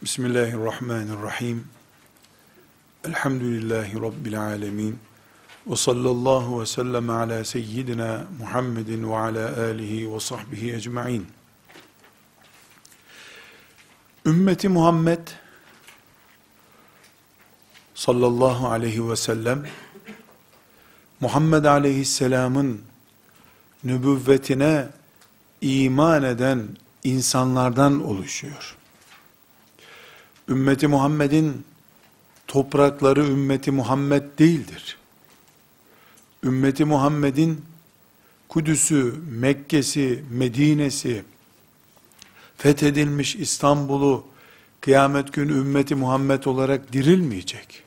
Bismillahirrahmanirrahim. Elhamdülillahi Rabbil alemin. Ve sallallahu ve sellem ala seyyidina Muhammedin ve ala alihi ve sahbihi ecma'in. Ümmeti Muhammed sallallahu aleyhi ve sellem, Muhammed aleyhisselamın nübüvvetine iman eden insanlardan oluşuyor. Ümmeti Muhammed'in toprakları ümmeti Muhammed değildir. Ümmeti Muhammed'in Kudüs'ü, Mekke'si, Medine'si, fethedilmiş İstanbul'u kıyamet günü ümmeti Muhammed olarak dirilmeyecek.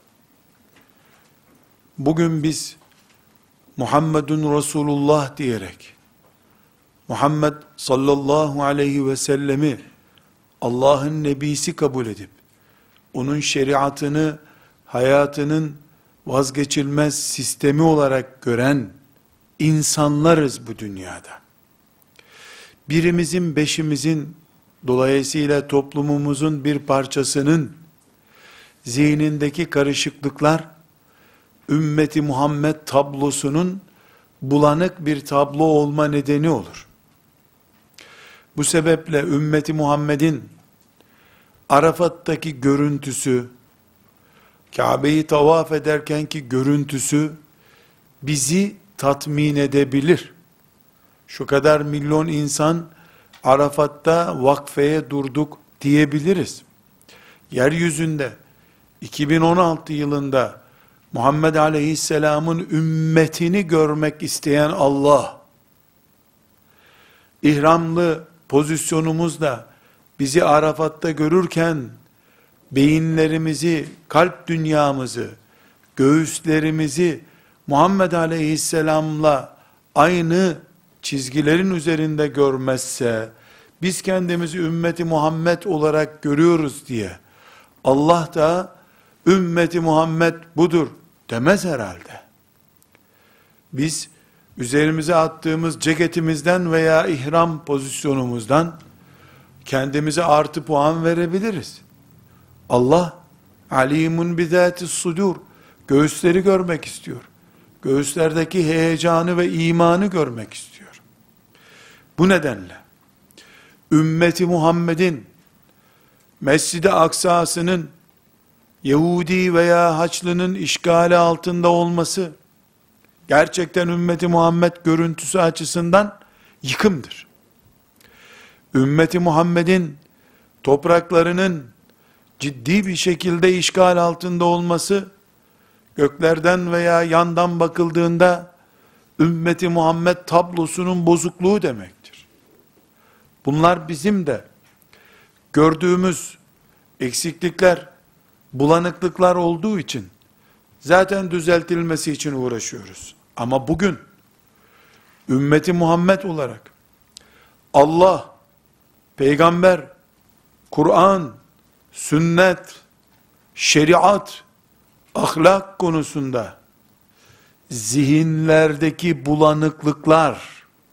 Bugün biz Muhammedun Resulullah diyerek Muhammed sallallahu aleyhi ve sellemi Allah'ın nebisi kabul edip onun şeriatını hayatının vazgeçilmez sistemi olarak gören insanlarız bu dünyada. Birimizin, beşimizin, dolayısıyla toplumumuzun bir parçasının zihnindeki karışıklıklar, ümmeti Muhammed tablosunun bulanık bir tablo olma nedeni olur. Bu sebeple ümmeti Muhammed'in Arafat'taki görüntüsü, Kabe'yi tavaf ederkenki görüntüsü bizi tatmin edebilir. Şu kadar milyon insan Arafat'ta vakfeye durduk diyebiliriz. Yeryüzünde 2016 yılında Muhammed Aleyhisselam'ın ümmetini görmek isteyen Allah, ihramlı pozisyonumuzda bizi Arafat'ta görürken, beyinlerimizi, kalp dünyamızı, göğüslerimizi Muhammed Aleyhisselam'la aynı çizgilerin üzerinde görmezse, biz kendimizi ümmeti Muhammed olarak görüyoruz diye, Allah da ümmeti Muhammed budur demez herhalde. Biz üzerimize attığımız ceketimizden veya ihram pozisyonumuzdan kendimize artı puan verebiliriz. Allah alimun bizatis sudur, göğüsleri görmek istiyor. Göğüslerdeki heyecanı ve imanı görmek istiyor. Bu nedenle ümmeti Muhammed'in Mescid-i Aksa'sının Yahudi veya Haçlı'nın işgali altında olması gerçekten ümmeti Muhammed görüntüsü açısından yıkımdır. Ümmeti Muhammed'in topraklarının ciddi bir şekilde işgal altında olması, göklerden veya yandan bakıldığında ümmeti Muhammed tablosunun bozukluğu demektir. Bunlar bizim de gördüğümüz eksiklikler, bulanıklıklar olduğu için zaten düzeltilmesi için uğraşıyoruz. Ama bugün ümmeti Muhammed olarak Allah, peygamber, Kur'an, sünnet, şeriat, ahlak konusunda zihinlerdeki bulanıklıklar,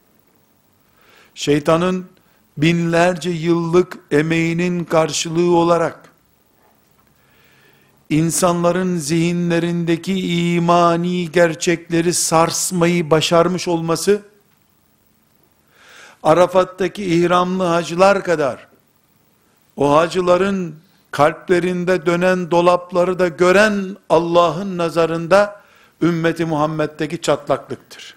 şeytanın binlerce yıllık emeğinin karşılığı olarak insanların zihinlerindeki imani gerçekleri sarsmayı başarmış olması, Arafat'taki ihramlı hacılar kadar, o hacıların kalplerinde dönen dolapları da gören Allah'ın nazarında, ümmeti Muhammed'deki çatlaklıktır.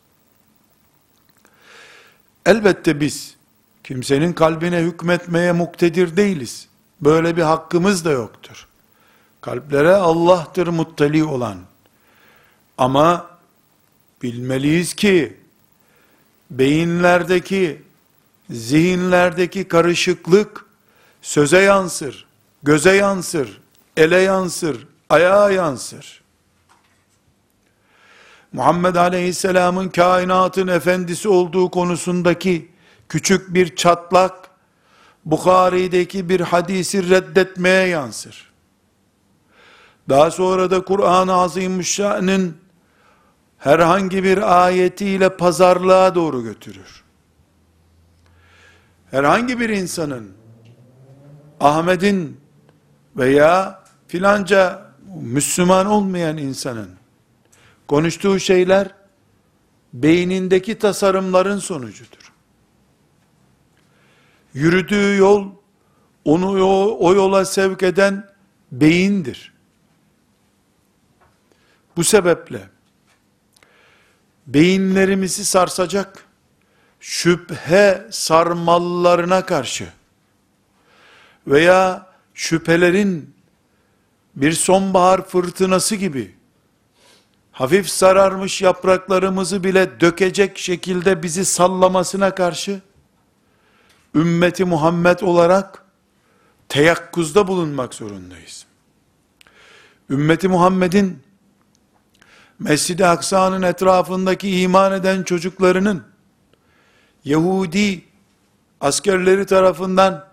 Elbette biz, kimsenin kalbine hükmetmeye muktedir değiliz. Böyle bir hakkımız da yoktur. Kalplere Allah'tır muttali olan. Ama bilmeliyiz ki, beyinlerdeki, zihinlerdeki karışıklık, söze yansır, göze yansır, ele yansır, ayağa yansır. Muhammed Aleyhisselam'ın kainatın efendisi olduğu konusundaki küçük bir çatlak, Bukhari'deki bir hadisi reddetmeye yansır. Daha sonra da Kur'an-ı Azimüşşan'ın herhangi bir ayetiyle pazarlığa doğru götürür. Herhangi bir insanın Ahmet'in veya filanca Müslüman olmayan insanın konuştuğu şeyler beynindeki tasarımların sonucudur. Yürüdüğü yol, onu o yola sevk eden beyindir. Bu sebeple beyinlerimizi sarsacak şüphe sarmallarına karşı veya şüphelerin bir sonbahar fırtınası gibi hafif sararmış yapraklarımızı bile dökecek şekilde bizi sallamasına karşı ümmeti Muhammed olarak teyakkuzda bulunmak zorundayız. Ümmeti Muhammed'in Mescid-i Aksa'nın etrafındaki iman eden çocuklarının Yahudi askerleri tarafından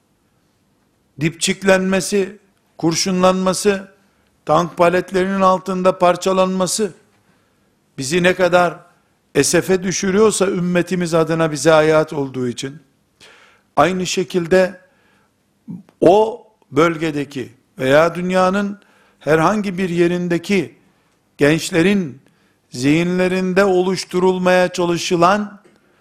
dipçiklenmesi, kurşunlanması, tank paletlerinin altında parçalanması bizi ne kadar esefe düşürüyorsa ümmetimiz adına bize hayat olduğu için, aynı şekilde o bölgedeki veya dünyanın herhangi bir yerindeki gençlerin zihinlerinde oluşturulmaya çalışılan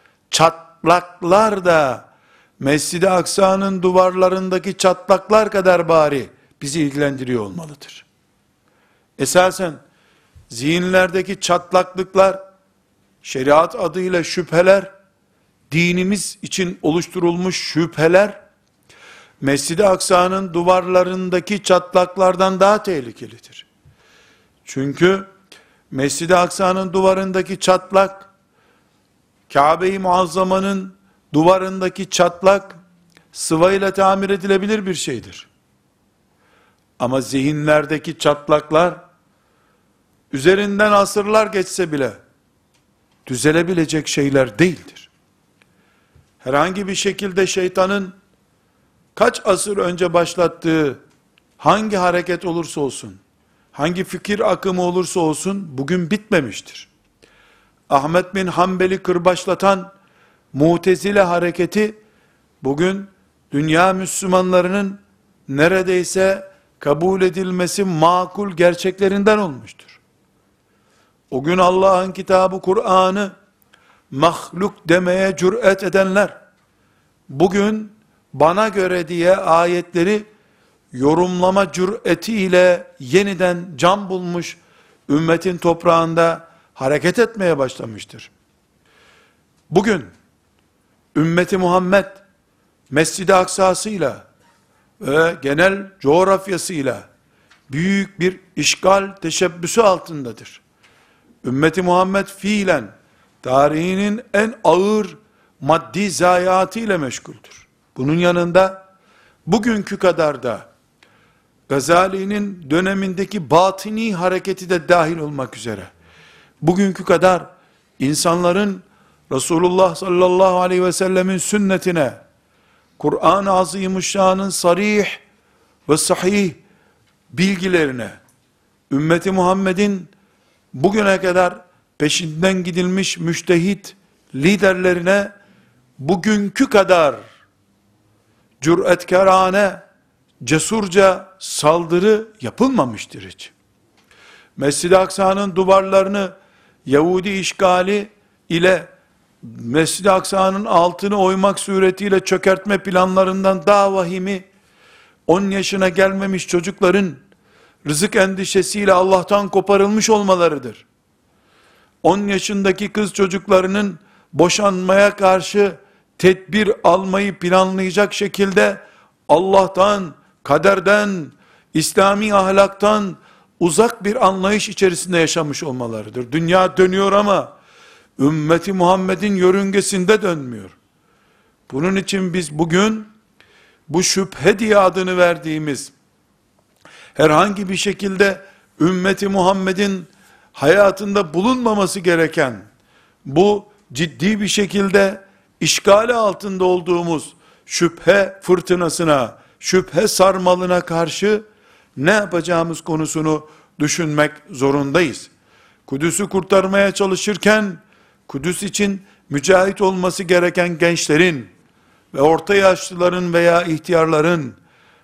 çatlaklar da Mescid-i Aksa'nın duvarlarındaki çatlaklar kadar bari bizi ilgilendiriyor olmalıdır. Esasen zihinlerdeki çatlaklıklar, şeriat adıyla şüpheler, dinimiz için oluşturulmuş şüpheler, Mescid-i Aksa'nın duvarlarındaki çatlaklardan daha tehlikelidir. Çünkü Mescid-i Aksa'nın duvarındaki çatlak, Kabe-i Muazzama'nın duvarındaki çatlak, sıvayla tamir edilebilir bir şeydir. Ama zihinlerdeki çatlaklar, üzerinden asırlar geçse bile, düzelebilecek şeyler değildir. Herhangi bir şekilde şeytanın, kaç asır önce başlattığı, hangi hareket olursa olsun, hangi fikir akımı olursa olsun, bugün bitmemiştir. Ahmet bin Hanbel'i kırbaçlatan, Mu'tezile hareketi, bugün, dünya Müslümanlarının, neredeyse, kabul edilmesi makul gerçeklerinden olmuştur. O gün Allah'ın kitabı Kur'an'ı mahluk demeye cüret edenler, bugün bana göre diye ayetleri yorumlama cüretiyle yeniden can bulmuş ümmetin toprağında hareket etmeye başlamıştır. Bugün ümmeti Muhammed Mescid-i Aksa'sıyla ve genel coğrafyasıyla büyük bir işgal teşebbüsü altındadır. Ümmeti Muhammed fiilen tarihinin en ağır maddi zayiatı ile meşguldür. Bunun yanında bugünkü kadar da Gazali'nin dönemindeki batini hareketi de dahil olmak üzere bugünkü kadar insanların Resulullah sallallahu aleyhi ve sellemin sünnetine, Kur'an-ı Azimuşşan'ın sarih ve sahih bilgilerine, ümmeti Muhammed'in bugüne kadar peşinden gidilmiş müştehit liderlerine bugünkü kadar cüretkarane, cesurca saldırı yapılmamıştır hiç. Mescid-i Aksa'nın duvarlarını Yahudi işgali ile Mescid-i Aksa'nın altını oymak suretiyle çökertme planlarından daha vahimi, 10 yaşına gelmemiş çocukların rızık endişesiyle Allah'tan koparılmış olmalarıdır. 10 yaşındaki kız çocuklarının boşanmaya karşı tedbir almayı planlayacak şekilde Allah'tan, kaderden, İslami ahlaktan uzak bir anlayış içerisinde yaşamış olmalarıdır. Dünya dönüyor ama ümmeti Muhammed'in yörüngesinde dönmüyor. Bunun için biz bugün bu şüphe diye adını verdiğimiz herhangi bir şekilde ümmeti Muhammed'in hayatında bulunmaması gereken bu ciddi bir şekilde işgali altında olduğumuz şüphe fırtınasına, şüphe sarmalına karşı ne yapacağımız konusunu düşünmek zorundayız. Kudüs'ü kurtarmaya çalışırken, Kudüs için mücahit olması gereken gençlerin ve orta yaşlıların veya ihtiyarların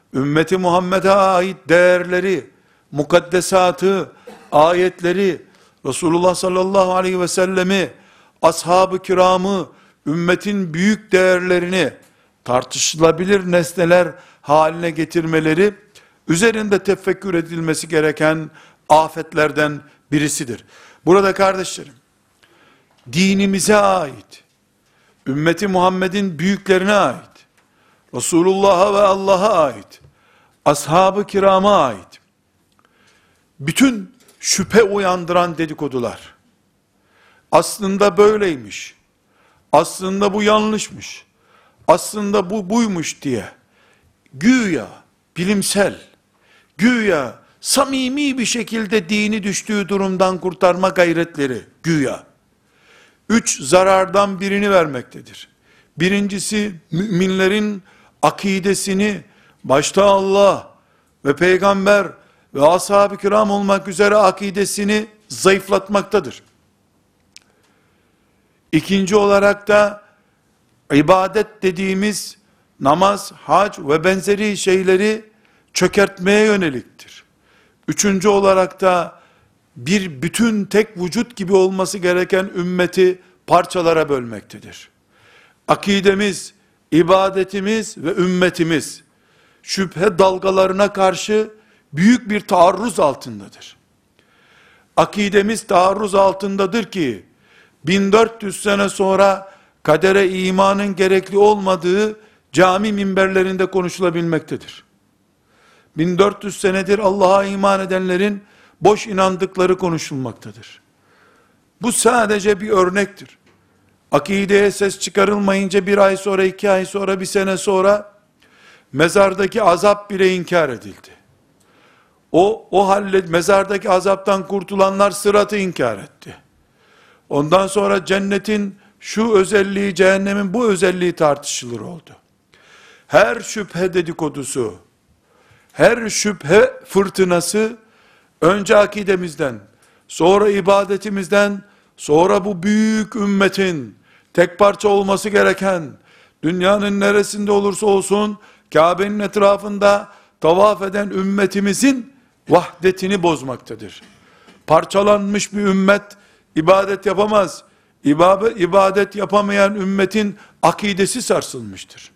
ümmeti Muhammed'e ait değerleri, mukaddesatı, ayetleri, Resulullah sallallahu aleyhi ve sellemi, ashab-ı kiramı, ümmetin büyük değerlerini tartışılabilir nesneler haline getirmeleri, üzerinde tefekkür edilmesi gereken afetlerden birisidir. Burada kardeşlerim, dinimize ait, ümmeti Muhammed'in büyüklerine ait, Resulullah'a ve Allah'a ait, ashab-ı kirama ait, bütün şüphe uyandıran dedikodular, aslında böyleymiş, aslında bu yanlışmış, aslında bu buymuş diye, güya bilimsel, güya samimi bir şekilde dini düştüğü durumdan kurtarma gayretleri, güya, 3 zarardan birini vermektedir. Birincisi, müminlerin akidesini, başta Allah ve peygamber ve ashab-ı kiram olmak üzere akidesini zayıflatmaktadır. İkinci olarak da, ibadet dediğimiz namaz, hac ve benzeri şeyleri çökertmeye yöneliktir. Üçüncü olarak da, bir bütün tek vücut gibi olması gereken ümmeti parçalara bölmektedir. Akidemiz, ibadetimiz ve ümmetimiz, şüphe dalgalarına karşı büyük bir taarruz altındadır. Akidemiz taarruz altındadır ki, 1400 sene sonra kadere imanın gerekli olmadığı cami minberlerinde konuşulabilmektedir. 1400 senedir Allah'a iman edenlerin boş inandıkları konuşulmaktadır. Bu sadece bir örnektir. Akideye ses çıkarılmayınca 1 ay sonra, 2 ay sonra, 1 sene sonra mezardaki azap bile inkar edildi. O halde mezardaki azaptan kurtulanlar sıratı inkar etti. Ondan sonra cennetin şu özelliği, cehennemin bu özelliği tartışılır oldu. Her şüphe dedikodusu, her şüphe fırtınası, önce akidemizden, sonra ibadetimizden, sonra bu büyük ümmetin tek parça olması gereken, dünyanın neresinde olursa olsun, Kabe'nin etrafında tavaf eden ümmetimizin vahdetini bozmaktadır. Parçalanmış bir ümmet ibadet yapamaz. İbadet yapamayan ümmetin akidesi sarsılmıştır.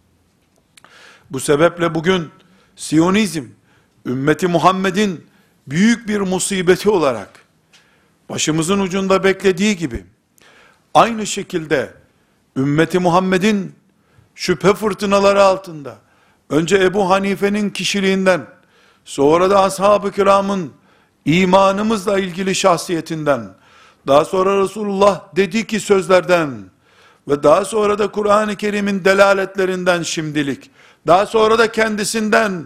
Bu sebeple bugün Siyonizm, ümmeti Muhammed'in büyük bir musibeti olarak, başımızın ucunda beklediği gibi, aynı şekilde ümmeti Muhammed'in şüphe fırtınaları altında, önce Ebu Hanife'nin kişiliğinden, sonra da ashab-ı kiramın imanımızla ilgili şahsiyetinden, daha sonra Resulullah dedi ki sözlerden ve daha sonra da Kur'an-ı Kerim'in delaletlerinden şimdilik, daha sonra da kendisinden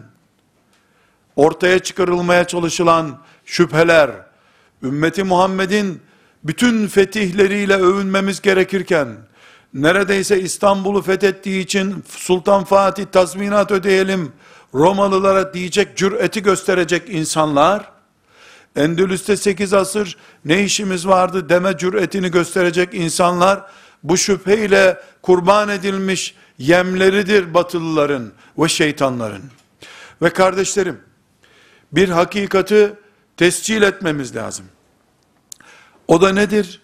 ortaya çıkarılmaya çalışılan şüpheler, ümmeti Muhammed'in bütün fetihleriyle övünmemiz gerekirken, neredeyse İstanbul'u fethettiği için Sultan Fatih tazminat ödeyelim Romalılara diyecek cüreti gösterecek insanlar, Endülüs'te 8 asır ne işimiz vardı deme cüretini gösterecek insanlar, bu şüpheyle kurban edilmiş yemleridir batılıların ve şeytanların. Ve kardeşlerim, bir hakikati tescil etmemiz lazım. O da nedir?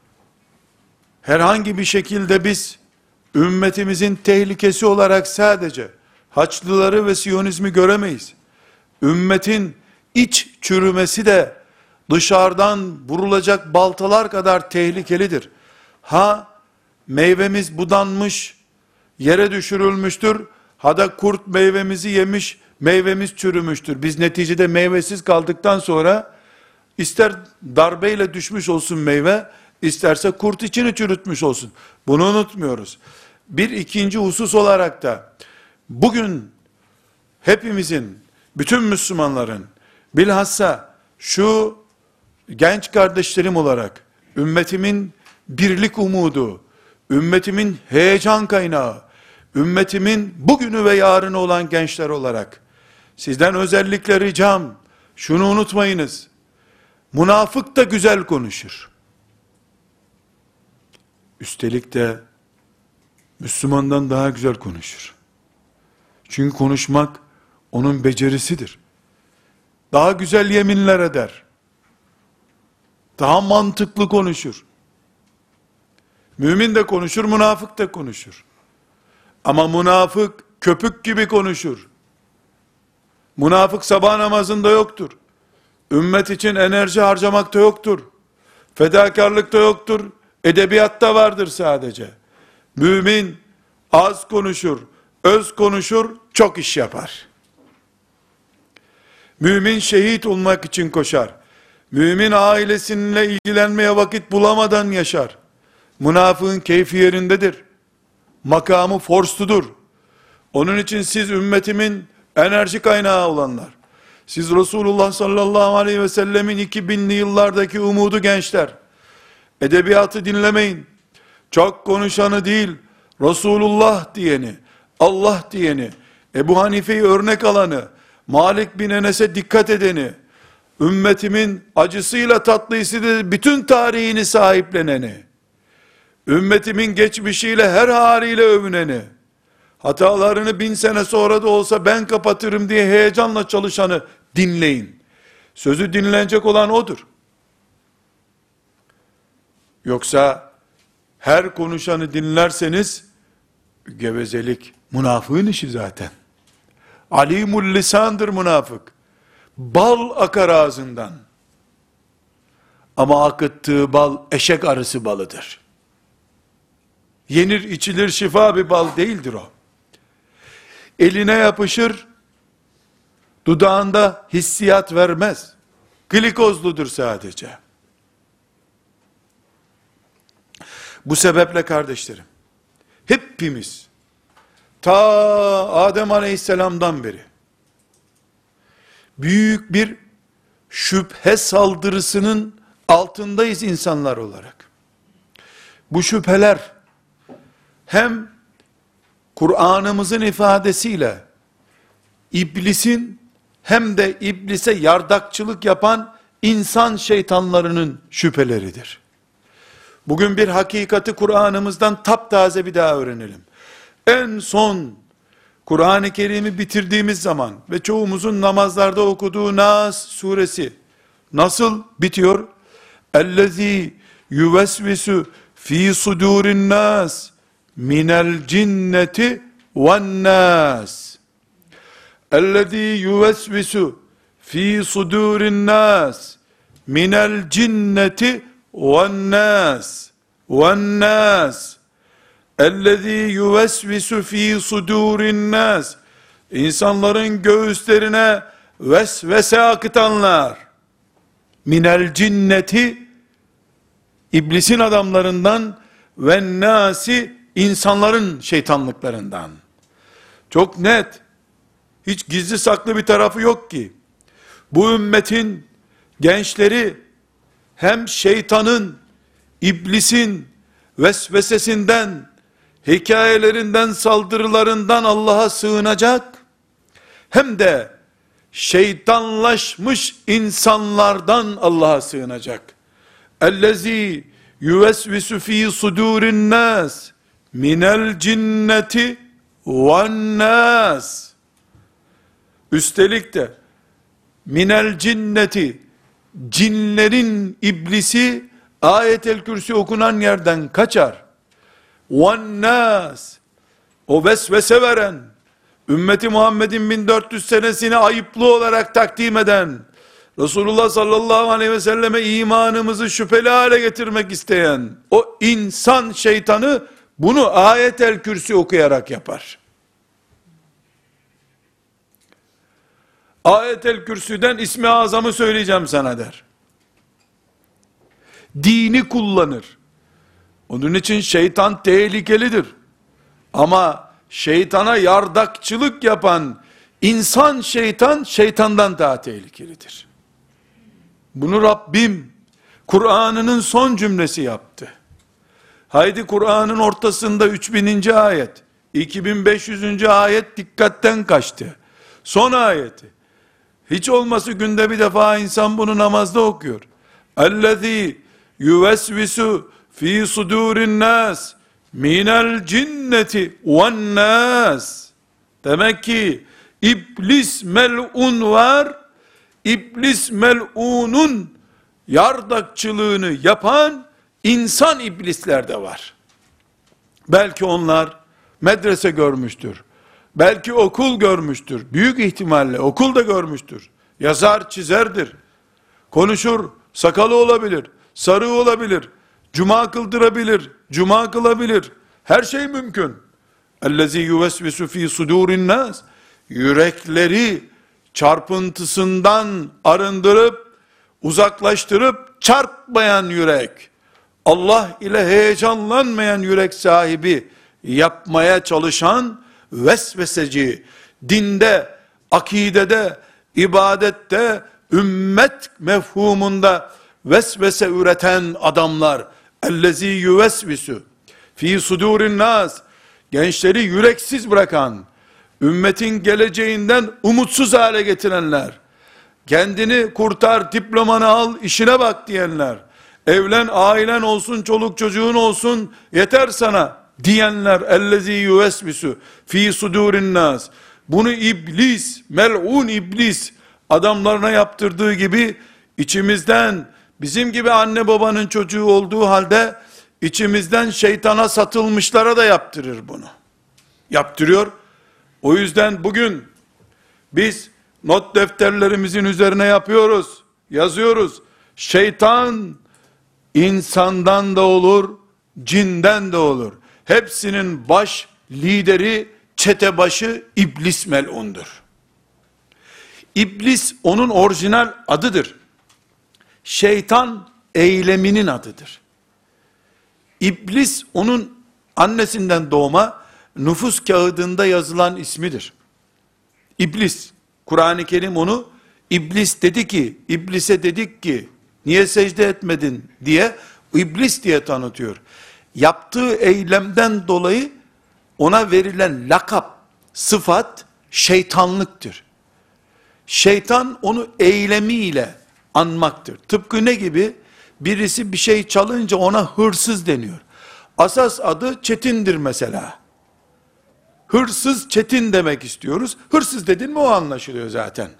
Herhangi bir şekilde biz, ümmetimizin tehlikesi olarak sadece Haçlıları ve Siyonizmi göremeyiz. Ümmetin iç çürümesi de dışarıdan vurulacak baltalar kadar tehlikelidir. Ha meyvemiz budanmış, yere düşürülmüştür, ha da kurt meyvemizi yemiş, meyvemiz çürümüştür. Biz neticede meyvesiz kaldıktan sonra, ister darbeyle düşmüş olsun meyve, isterse kurt içini çürütmüş olsun. Bunu unutmuyoruz. Bir ikinci husus olarak da, bugün hepimizin, bütün Müslümanların, bilhassa şu genç kardeşlerim olarak, ümmetimin birlik umudu, ümmetimin heyecan kaynağı, ümmetimin bugünü ve yarını olan gençler olarak, sizden özellikle ricam, şunu unutmayınız, münafık da güzel konuşur. Üstelik de, Müslümandan daha güzel konuşur. Çünkü konuşmak, onun becerisidir. Daha güzel yeminler eder. Daha mantıklı konuşur. Mümin de konuşur, münafık da konuşur. Ama münafık köpük gibi konuşur. Münafık sabah namazında yoktur. Ümmet için enerji harcamakta yoktur. Fedakarlıkta yoktur. Edebiyatta vardır sadece. Mümin az konuşur, öz konuşur, çok iş yapar. Mümin şehit olmak için koşar. Mümin ailesinle ilgilenmeye vakit bulamadan yaşar. Münafığın keyfi yerindedir. Makamı forsludur. Onun için siz ümmetimin enerji kaynağı olanlar, siz Resulullah sallallahu aleyhi ve sellemin 2000'li yıllardaki umudu gençler, edebiyatı dinlemeyin. Çok konuşanı değil, Resulullah diyeni, Allah diyeni, Ebu Hanife'yi örnek alanı, Malik bin Enes'e dikkat edeni, ümmetimin acısıyla tatlısıyla bütün tarihini sahipleneni, ümmetimin geçmişiyle her haliyle övüneni, hatalarını 1000 sene sonra da olsa ben kapatırım diye heyecanla çalışanı dinleyin. Sözü dinlenecek olan odur. Yoksa her konuşanı dinlerseniz gevezelik, münafığın işi zaten. Alimul lisandır münafık. Bal akar ağzından. Ama akıttığı bal eşek arısı balıdır. Yenir içilir şifa bir bal değildir o. Eline yapışır, dudağında hissiyat vermez. Glikozludur sadece. Bu sebeple kardeşlerim, hepimiz, ta Adem Aleyhisselam'dan beri, büyük bir şüphe saldırısının altındayız insanlar olarak. Bu şüpheler, hem Kur'an'ımızın ifadesiyle, iblisin, hem de iblise yardakçılık yapan insan şeytanlarının şüpheleridir. Bugün bir hakikati Kur'an'ımızdan taptaze bir daha öğrenelim. En son Kur'an-ı Kerim'i bitirdiğimiz zaman ve çoğumuzun namazlarda okuduğu Nas suresi nasıl bitiyor? اَلَّذ۪ي يُوَسْوِسُ ف۪ي صُدُورِ النَّاسِ minel cinneti ve'n-nas. Ellezî yuvesvisu fî sudûrin nas minel cinneti ve'n-nas. Ve'n-nas. Ellezî yuvesvisu fî sudûrin nas. İnsanların göğüslerine vesvese akıtanlar. Minel cinneti, iblisin adamlarından, ve nasi, insanların şeytanlıklarından. Çok net, hiç gizli saklı bir tarafı yok ki, bu ümmetin gençleri hem şeytanın, iblisin vesvesesinden, hikayelerinden, saldırılarından Allah'a sığınacak, hem de şeytanlaşmış insanlardan Allah'a sığınacak. Ellezî yuvesvisu fî sudûrin nâs minel cinneti ve'n-nâs. Üstelik de minel cinneti, cinlerin iblisi Ayet-el Kürsi okunan yerden kaçar. Ve'n-nâs, o vesvese veren, ümmeti Muhammed'in 1400 senesini ayıplı olarak takdim eden, Resulullah sallallahu aleyhi ve selleme imanımızı şüpheli hale getirmek isteyen o insan şeytanı bunu Ayet-el Kürsi okuyarak yapar. Ayet-el Kürsü'den İsmi Azam'ı söyleyeceğim sana der. Dini kullanır. Onun için şeytan tehlikelidir. Ama şeytana yardakçılık yapan insan şeytan, şeytandan daha tehlikelidir. Bunu Rabbim Kur'an'ının son cümlesi yaptı. Haydi Kur'an'ın ortasında 3000. ayet, 2500. ayet dikkatten kaçtı. Son ayeti. Hiç olması günde bir defa insan bunu namazda okuyor. اَلَّذ۪ي يُوَسْوِسُ ف۪ي صُدُورِ النَّاسِ minel cinneti ve'n-nas. Demek ki İblis mel'un var. İblis mel'unun yardakçılığını yapan insan iblisler de var. Belki onlar medrese görmüştür. Belki okul görmüştür. Büyük ihtimalle okul da görmüştür. Yazar, çizerdir. Konuşur, sakalı olabilir, sarı olabilir, cuma kıldırabilir, cuma kılabilir. Her şey mümkün. اَلَّذ۪ي يُوَسْوِسُ ف۪ي صُدُورِ النَّاسِ Yürekleri çarpıntısından arındırıp, uzaklaştırıp çarpmayan yürek, Allah ile heyecanlanmayan yürek sahibi yapmaya çalışan vesveseci, dinde, akidede, ibadette, ümmet mefhumunda vesvese üreten adamlar, ellezî yüvesvisu fî sudûrin nâs, gençleri yüreksiz bırakan, ümmetin geleceğinden umutsuz hale getirenler, kendini kurtar, diplomanı al, işine bak diyenler, evlen, ailen olsun, çoluk çocuğun olsun, yeter sana diyenler, ellezî yüvesvisu fî sudûrin nâs, bunu iblis, mel'un iblis adamlarına yaptırdığı gibi, içimizden, bizim gibi anne babanın çocuğu olduğu halde, içimizden şeytana satılmışlara da yaptırır bunu. Yaptırıyor. O yüzden bugün, biz not defterlerimizin üzerine yapıyoruz, yazıyoruz. Şeytan, insandan da olur, cinden de olur. Hepsinin baş lideri, çetebaşı iblis mel'undur. İblis onun orijinal adıdır. Şeytan eyleminin adıdır. İblis onun annesinden doğma nüfus kağıdında yazılan ismidir. İblis, Kur'an-ı Kerim onu iblis dedi ki, iblise dedik ki niye secde etmedin diye iblis diye tanıtıyor. Yaptığı eylemden dolayı ona verilen lakap, sıfat şeytanlıktır. Şeytan onu eylemiyle anmaktır. Tıpkı ne gibi? Birisi bir şey çalınca ona hırsız deniyor. Asas adı Çetin'dir mesela. Hırsız Çetin demek istiyoruz. Hırsız dedin mi o anlaşılıyor zaten.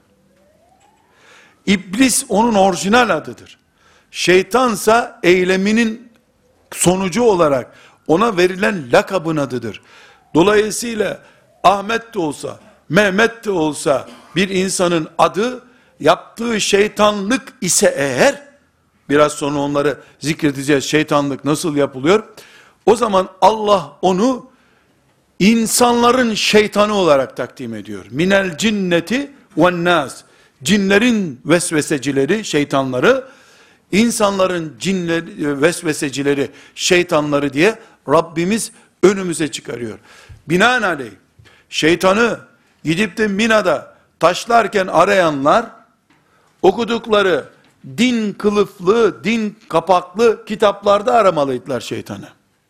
İblis onun orijinal adıdır. Şeytansa eyleminin sonucu olarak ona verilen lakabın adıdır. Dolayısıyla Ahmet de olsa, Mehmet de olsa bir insanın adı, yaptığı şeytanlık ise eğer, biraz sonra onları zikredeceğiz, şeytanlık nasıl yapılıyor, o zaman Allah onu insanların şeytanı olarak takdim ediyor. Minel cinneti ven nas, cinlerin vesvesecileri, şeytanları, insanların cinleri, vesvesecileri, şeytanları diye Rabbimiz önümüze çıkarıyor. Binaenaleyh, şeytanı gidip de Mina'da taşlarken arayanlar, okudukları din kılıflı, din kapaklı kitaplarda aramalıydılar şeytanı.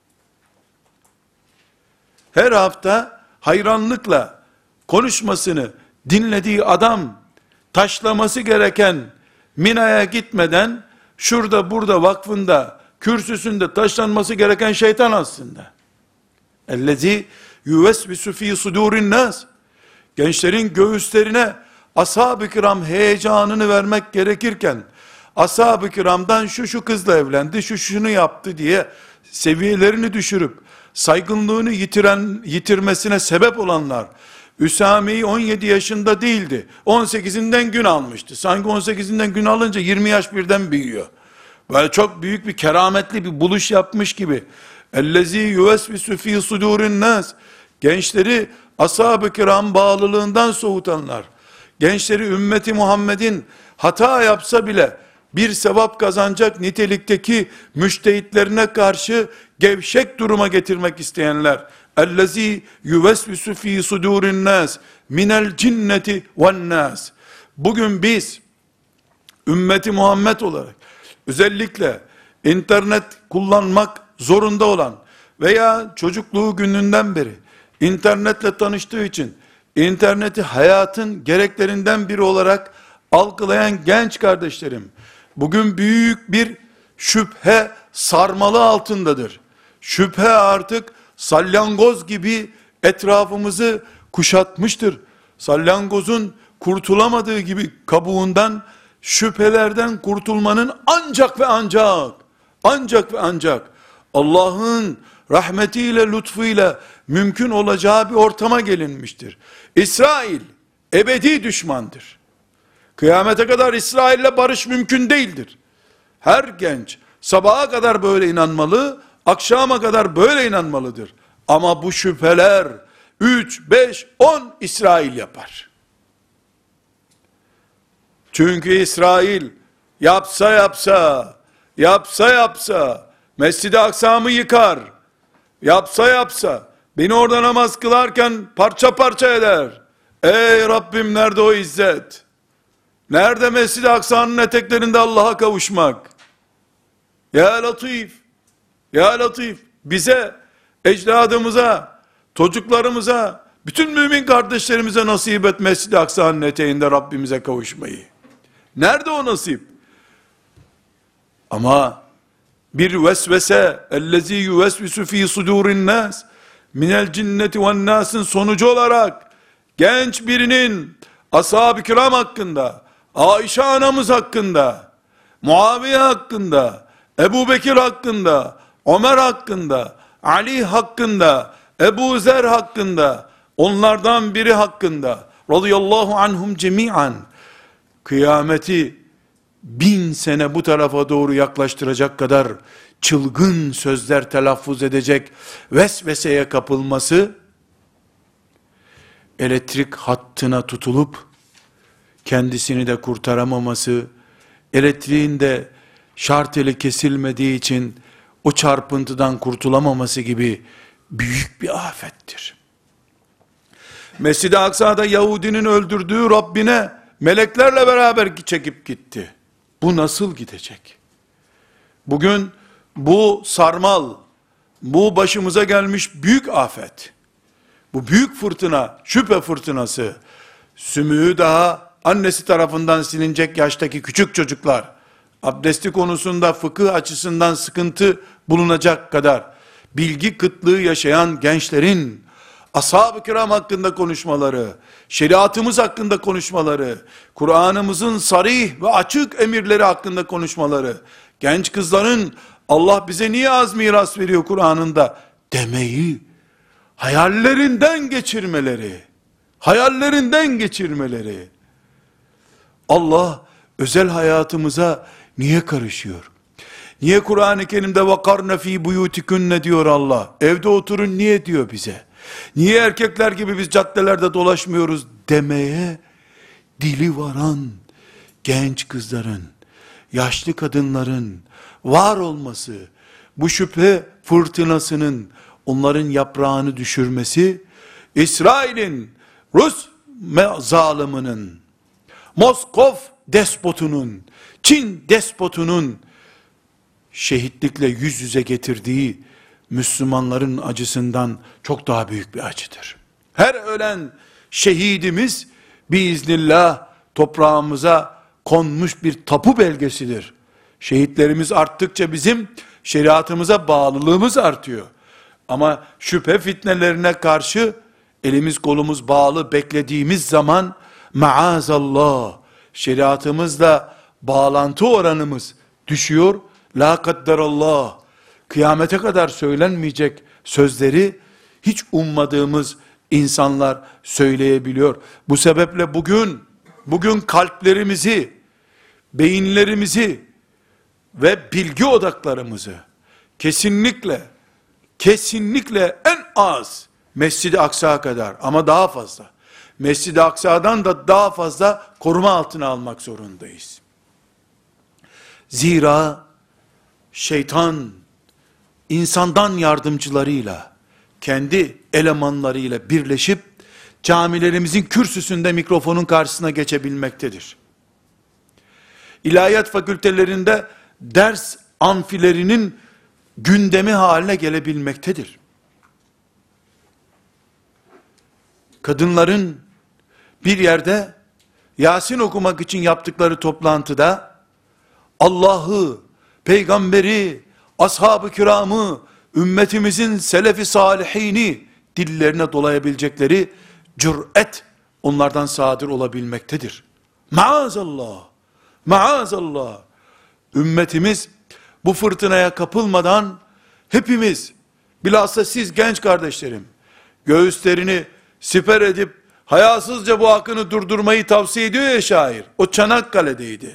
Her hafta hayranlıkla konuşmasını dinlediği adam, taşlaması gereken Mina'ya gitmeden, şurada burada vakfında, kürsüsünde taşlanması gereken şeytan aslında. Ellezî yüvesvisu fî sudûrin nâs. Gençlerin göğüslerine ashab-ı kiram heyecanını vermek gerekirken, ashab-ı kiramdan şu kızla evlendi, şunu yaptı diye seviyelerini düşürüp, saygınlığını yitirmesine sebep olanlar, Üsame'yi 17 yaşında değildi, 18'inden gün almıştı. Sanki 18'inden gün alınca 20 yaş birden büyüyor. Böyle çok büyük bir kerametli bir buluş yapmış gibi. Ellezî yüvesvisu fî sudûrin nâs. Gençleri ashab-ı kiram bağlılığından soğutanlar, gençleri ümmeti Muhammed'in hata yapsa bile bir sevap kazanacak nitelikteki müştehitlerine karşı gevşek duruma getirmek isteyenler, ellezî yüvesvisu fî sudûrin nâs minel cinneti ven nâs. Bugün biz ümmeti Muhammed olarak özellikle internet kullanmak zorunda olan veya çocukluğu gününden beri internetle tanıştığı için interneti hayatın gereklerinden biri olarak algılayan genç kardeşlerim, bugün büyük bir şüphe sarmalı altındadır. Şüphe artık salyangoz gibi etrafımızı kuşatmıştır. Salyangozun kurtulamadığı gibi kabuğundan, şüphelerden kurtulmanın ancak ve ancak Allah'ın rahmetiyle, lütfuyla mümkün olacağı bir ortama gelinmiştir. İsrail ebedi düşmandır. Kıyamete kadar İsrail'le barış mümkün değildir. Her genç sabaha kadar böyle inanmalı, akşama kadar böyle inanmalıdır. Ama bu şüpheler 3, 5, 10 İsrail yapar. Çünkü İsrail yapsa Mescid-i Aksa'mı yıkar. Yapsa beni orada namaz kılarken parça parça eder. Ey Rabbim, nerede o izzet? Nerede Mescid-i Aksa'nın eteklerinde Allah'a kavuşmak? Ya Latif, bize, ecdadımıza, çocuklarımıza, bütün mümin kardeşlerimize nasip et Mescid-i Aksa'nın eteğinde Rabbimize kavuşmayı. Nerede o nasip? Ama bir vesvese, ellezî yuvesvisu fî sudûrin nâs, minel cinneti ven nâs'ın sonucu olarak, genç birinin, ashab-ı kiram hakkında, Ayşe anamız hakkında, Muaviye hakkında, Ebu Bekir hakkında, Ömer hakkında, Ali hakkında, Ebu Zer hakkında, onlardan biri hakkında, radıyallahu anhum cemi'an, kıyameti 1000 sene bu tarafa doğru yaklaştıracak kadar çılgın sözler telaffuz edecek vesveseye kapılması, elektrik hattına tutulup kendisini de kurtaramaması, elektriğin de şarteli kesilmediği için o çarpıntıdan kurtulamaması gibi büyük bir afettir. Mescid-i Aksa'da Yahudinin öldürdüğü Rabbine meleklerle beraber çekip gitti. Bu nasıl gidecek? Bugün bu sarmal, bu başımıza gelmiş büyük afet, bu büyük fırtına, şüphe fırtınası, sümüğü daha annesi tarafından silinecek yaştaki küçük çocuklar, abdesti konusunda fıkıh açısından sıkıntı bulunacak kadar bilgi kıtlığı yaşayan gençlerin ashab-ı kiram hakkında konuşmaları, şeriatımız hakkında konuşmaları, Kur'an'ımızın sarih ve açık emirleri hakkında konuşmaları, genç kızların Allah bize niye az miras veriyor Kur'an'ında demeyi hayallerinden geçirmeleri, Allah özel hayatımıza niye karışıyor? Niye Kur'an-ı Kerim'de vakarne fî buyutikunne diyor Allah? Evde oturun niye diyor bize? Niye erkekler gibi biz caddelerde dolaşmıyoruz demeye dili varan genç kızların, yaşlı kadınların var olması, bu şüphe fırtınasının onların yaprağını düşürmesi, İsrail'in, Rus zaliminin, Moskov despotunun, Çin despotunun şehitlikle yüz yüze getirdiği Müslümanların acısından çok daha büyük bir acıdır. Her ölen şehidimiz biiznillah toprağımıza konmuş bir tapu belgesidir. Şehitlerimiz arttıkça bizim şeriatımıza bağlılığımız artıyor. Ama şüphe fitnelerine karşı elimiz kolumuz bağlı beklediğimiz zaman maazallah şeriatımızla bağlantı oranımız düşüyor. La kadderallah, kıyamete kadar söylenmeyecek sözleri hiç ummadığımız insanlar söyleyebiliyor. Bu sebeple bugün kalplerimizi, beyinlerimizi ve bilgi odaklarımızı kesinlikle en az Mescid-i Aksa kadar ama daha fazla, Mescid-i Aksa'dan da daha fazla koruma altına almak zorundayız. Zira şeytan insandan yardımcılarıyla, kendi elemanlarıyla birleşip camilerimizin kürsüsünde mikrofonun karşısına geçebilmektedir. İlahiyat fakültelerinde ders amfilerinin gündemi haline gelebilmektedir. Kadınların bir yerde Yasin okumak için yaptıkları toplantıda Allah'ı, peygamberi, ashab-ı kiramı, ümmetimizin selefi salihini dillerine dolayabilecekleri cüret onlardan sadır olabilmektedir. Maazallah, maazallah. Ümmetimiz bu fırtınaya kapılmadan hepimiz, bilhassa siz genç kardeşlerim, göğüslerini siper edip hayasızca bu akını durdurmayı tavsiye ediyor ya şair. O Çanakkale'deydi.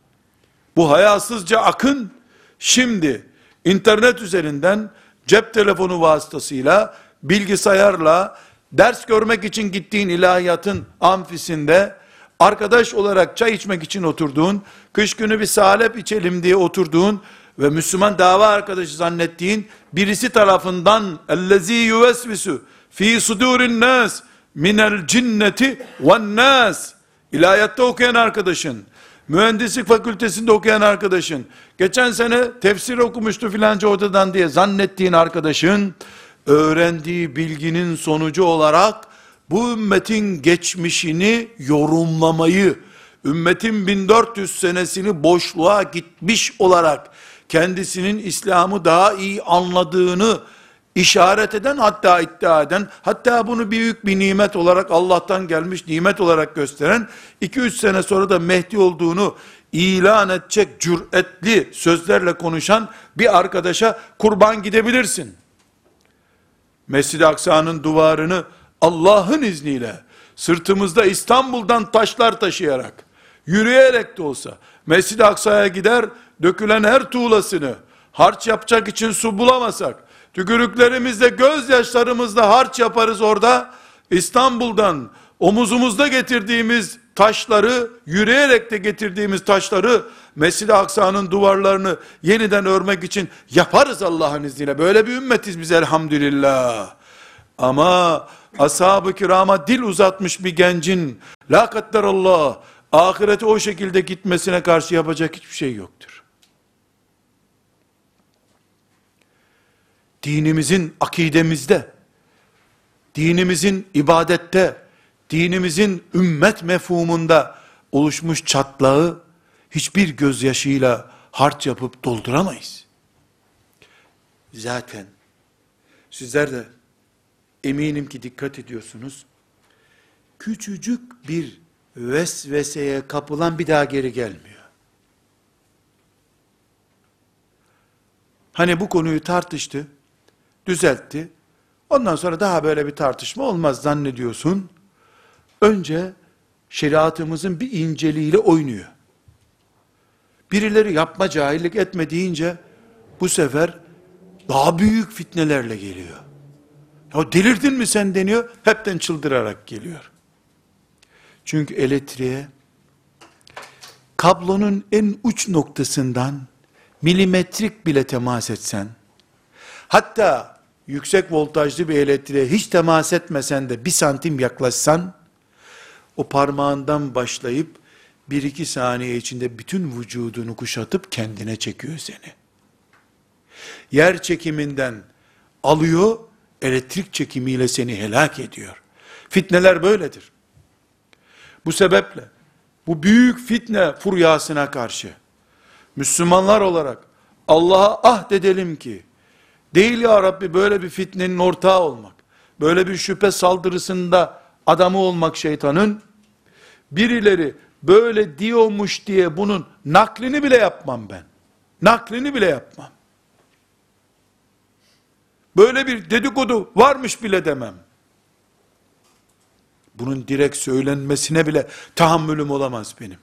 Bu hayasızca akın şimdi internet üzerinden cep telefonu vasıtasıyla, bilgisayarla, ders görmek için gittiğin ilahiyatın amfisinde, arkadaş olarak çay içmek için oturduğun, kış günü bir salep içelim diye oturduğun ve Müslüman dava arkadaşı zannettiğin birisi tarafından ellezî yuvesvisu fî sudûrin nâs minel cinneti ven nâs, ilahiyatta okuyan arkadaşın, mühendislik fakültesinde okuyan arkadaşın, geçen sene tefsir okumuştu filanca odadan diye zannettiğin arkadaşın, öğrendiği bilginin sonucu olarak, bu ümmetin geçmişini yorumlamayı, ümmetin 1400 senesini boşluğa gitmiş olarak, kendisinin İslam'ı daha iyi anladığını işaret eden, hatta iddia eden, hatta bunu büyük bir nimet olarak, Allah'tan gelmiş nimet olarak gösteren, 2-3 sene sonra da Mehdi olduğunu ilan edecek cüretli sözlerle konuşan bir arkadaşa kurban gidebilirsin. Mescid-i Aksa'nın duvarını Allah'ın izniyle sırtımızda İstanbul'dan taşlar taşıyarak, yürüyerek de olsa Mescid-i Aksa'ya gider, dökülen her tuğlasını harç yapacak için su bulamasak, tükürüklerimizle, gözyaşlarımızla harç yaparız orada. İstanbul'dan omuzumuzda getirdiğimiz taşları, yürüyerek de getirdiğimiz taşları, Mescid-i Aksa'nın duvarlarını yeniden örmek için yaparız Allah'ın izniyle. Böyle bir ümmetiz biz elhamdülillah. Ama ashab-ı kirama dil uzatmış bir gencin, la kadderallah, ahirete o şekilde gitmesine karşı yapacak hiçbir şey yoktur. Dinimizin akidemizde, dinimizin ibadette, dinimizin ümmet mefhumunda oluşmuş çatlağı hiçbir gözyaşıyla harç yapıp dolduramayız. Zaten sizler de eminim ki dikkat ediyorsunuz. Küçücük bir vesveseye kapılan bir daha geri gelmiyor. Hani bu konuyu tartıştı, düzeltti. Ondan sonra daha böyle bir tartışma olmaz zannediyorsun. Önce şeriatımızın bir inceliğiyle oynuyor. Birileri yapma, cahillik etme deyince bu sefer daha büyük fitnelerle geliyor. Ya delirdin mi sen deniyor, hepten çıldırarak geliyor. Çünkü elektriğe kablonun en uç noktasından milimetrik bile temas etsen, hatta yüksek voltajlı bir elektriğe hiç temas etmesen de 1 santim yaklaşsan, o parmağından başlayıp 1-2 saniye içinde bütün vücudunu kuşatıp kendine çekiyor seni. Yer çekiminden alıyor, elektrik çekimiyle seni helak ediyor. Fitneler böyledir. Bu sebeple, bu büyük fitne furyasına karşı, Müslümanlar olarak Allah'a ahd edelim ki, değil ya Rabbi böyle bir fitnenin ortağı olmak, böyle bir şüphe saldırısında adamı olmak şeytanın, birileri böyle diyormuş diye bunun naklini bile yapmam ben. Naklini bile yapmam. Böyle bir dedikodu varmış bile demem. Bunun direkt söylenmesine bile tahammülüm olamaz benim.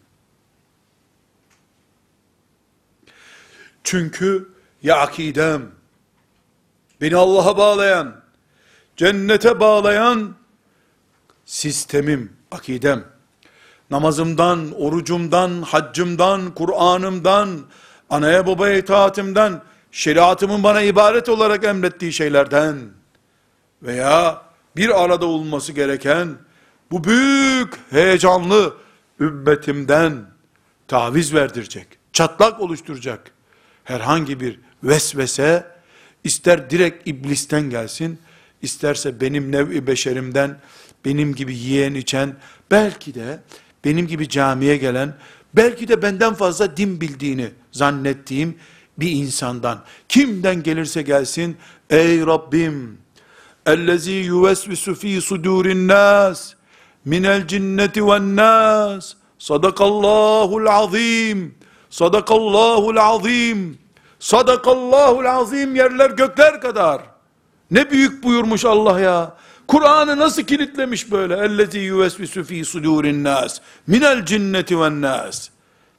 Çünkü ya akidem, beni Allah'a bağlayan, cennete bağlayan sistemim, akidem, namazımdan, orucumdan, haccımdan, Kur'an'ımdan, anaya babaya itaatimden, şeriatımın bana ibaret olarak emrettiği şeylerden veya bir arada olması gereken bu büyük heyecanlı ümmetimden taviz verdirecek, çatlak oluşturacak herhangi bir vesvese, ister direkt iblisten gelsin, isterse benim nev-i beşerimden, benim gibi yiyen içen, belki de benim gibi camiye gelen, belki de benden fazla din bildiğini zannettiğim bir insandan, kimden gelirse gelsin, ey Rabbim, ellezî yuvesvisu fî sudûrin nâs, minel cinneti ven nas. Sadakallahul azim. Sadakallahul azim. Sadakallahul azim, yerler gökler kadar. Ne büyük buyurmuş Allah ya. Kur'an'ı nasıl kilitlemiş böyle? Ellezî yuvesvisu fî sudûrin nâs minel cinneti ven nâs.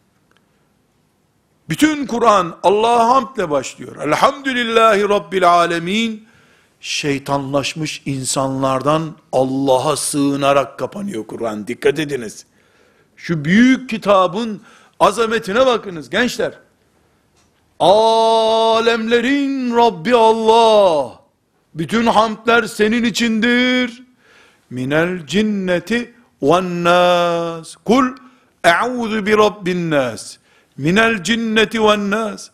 Bütün Kur'an Allah'a hamdle başlıyor. Elhamdülillahi Rabbil alemin. Şeytanlaşmış insanlardan Allah'a sığınarak kapanıyor Kur'an. Dikkat ediniz. Şu büyük kitabın azametine bakınız gençler. Alemlerin Rabbi Allah. Bütün hamdler senin içindir. Minel cinneti ven nas. Kul e'udhu bi rabbin nas. Minel cinneti ven nas.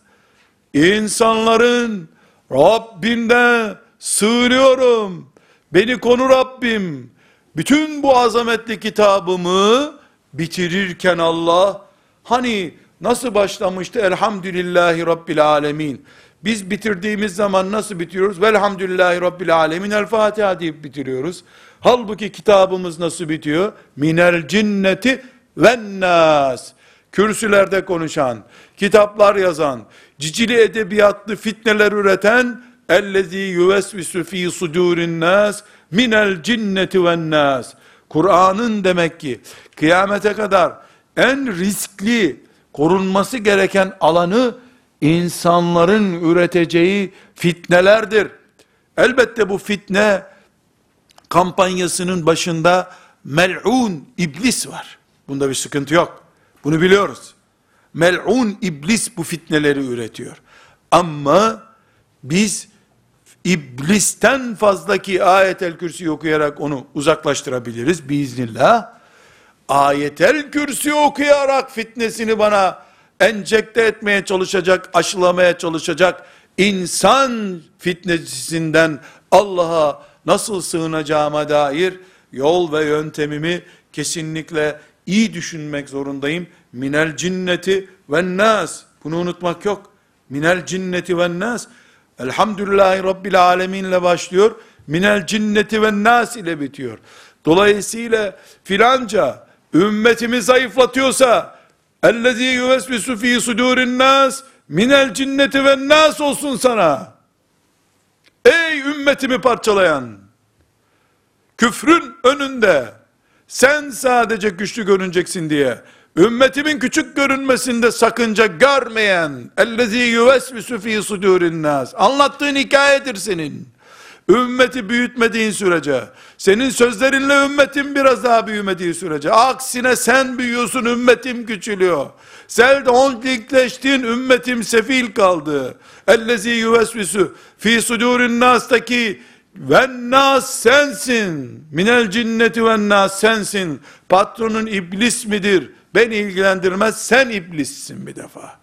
İnsanların Rabbinden sığınıyorum. Beni konu Rabbim. Bütün bu azametli kitabımı bitirirken Allah, hani nasıl başlamıştı? Elhamdülillahi Rabbil alemin. Biz bitirdiğimiz zaman nasıl bitiriyoruz? Velhamdülillahi Rabbil alemin, El Fatiha deyip bitiriyoruz. Halbuki kitabımız nasıl bitiyor? Minel cinneti ven nas. Kürsülerde konuşan, kitaplar yazan, cicili edebiyatlı fitneler üreten, ellezî yuvesvisu fî sudûrin nas minel cinneti ven nas. Kur'an'ın demek ki kıyamete kadar en riskli, korunması gereken alanı insanların üreteceği fitnelerdir. Elbette bu fitne kampanyasının başında mel'un iblis var. Bunda bir sıkıntı yok. Bunu biliyoruz. Mel'un iblis bu fitneleri üretiyor. Ama biz iblisten fazlaki ayetel kürsi okuyarak onu uzaklaştırabiliriz biiznillah. Ayetel kürsi okuyarak fitnesini bana enjekte etmeye çalışacak, aşılamaya çalışacak insan fitnecisinden Allah'a nasıl sığınacağıma dair yol ve yöntemimi kesinlikle iyi düşünmek zorundayım. Minel cinneti ven nas. Bunu unutmak yok. Minel cinneti ven nas. Elhamdülillahi Rabbil alemin ile başlıyor. Minel cinneti ven nas ile bitiyor. Dolayısıyla filanca ümmetimi zayıflatıyorsa ellezî yuvesvisu fî sudûrin nas minel cinneti ven nas olsun sana. Ey ümmetimi parçalayan, küfrün önünde sen sadece güçlü görüneceksin diye ümmetimin küçük görünmesinde sakınca görmeyen, ellezî yuvesvisu fî sudûrin nas, anlattığın hikayedir senin. Ümmeti büyütmediğin sürece, senin sözlerinle ümmetin biraz daha büyümediği sürece, aksine sen büyüyorsun, ümmetim küçülüyor. Sen de holdingleştin, ümmetim sefil kaldı. Ellezî yuvesvisu fî sudûrin nas'taki ven nas sensin. Minel cinneti ven nas sensin. Patronun iblis midir? Beni ilgilendirmez, sen iblissin bir defa.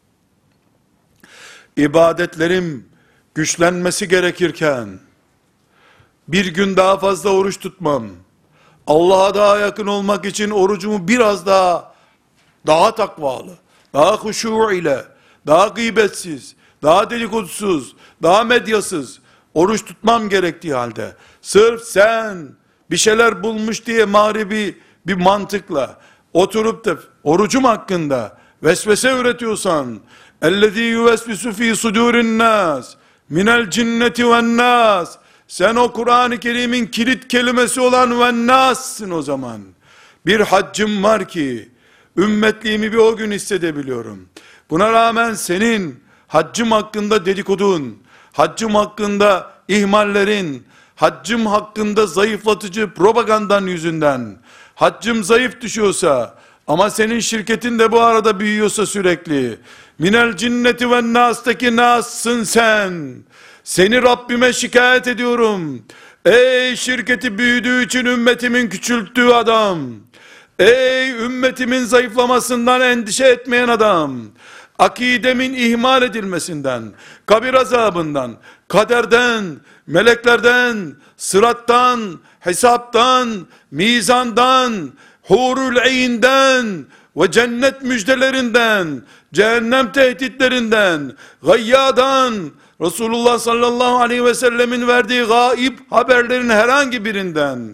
İbadetlerim güçlenmesi gerekirken, bir gün daha fazla oruç tutmam, Allah'a daha yakın olmak için orucumu biraz daha takvalı, daha huşu ile, daha gıybetsiz, daha dedikodusuz, daha medyasız oruç tutmam gerektiği halde, sırf sen bir şeyler bulmuş diye mağribi bir mantıkla oturup da orucum hakkında vesvese üretiyorsan, ellezî yuvesvisu fî sudûrin nâs minel cinneti ven nâs, sen o Kur'an-ı Kerim'in kilit kelimesi olan ven nâs'sın o zaman. Bir haccım var ki ümmetliğimi bir o gün hissedebiliyorum. Buna rağmen senin haccım hakkında dedikodun, haccım hakkında ihmallerin, haccım hakkında zayıflatıcı propagandan yüzünden haccım zayıf düşüyorsa, ama senin şirketin de bu arada büyüyorsa sürekli, minel cinneti ve nas'taki nas'sın sen. Seni Rabbime şikayet ediyorum. Ey şirketi büyüdüğü için ümmetimin küçülttüğü adam. Ey ümmetimin zayıflamasından endişe etmeyen adam. Akidemin ihmal edilmesinden, kabir azabından, kaderden, meleklerden, sırattan, hesaptan, mizandan, hurul eyinden ve cennet müjdelerinden, cehennem tehditlerinden, gayyadan, Resulullah sallallahu aleyhi ve sellemin verdiği gaib haberlerin herhangi birinden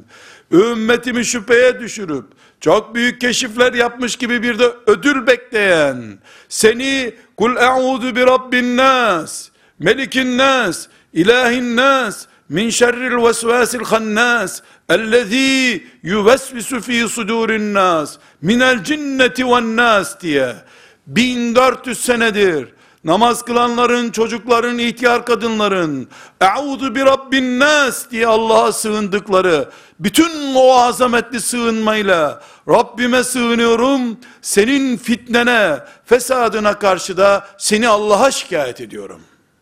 ümmetimi şüpheye düşürüp, çok büyük keşifler yapmış gibi bir de ödül bekleyen, seni kul e'udu bi rabbin nas, melikin nas, ilahin nas, min şerril vesvasil hannas, ellezî yuvesvisu fî sudûrin nas, minel cinneti ven nas diye, 1400 senedir, namaz kılanların, çocukların, ihtiyar kadınların, e'udu bi rabbin nas diye Allah'a sığındıkları, bütün o azametli sığınmayla, Rabbime sığınıyorum, senin fitnene, fesadına karşı da seni Allah'a şikayet ediyorum.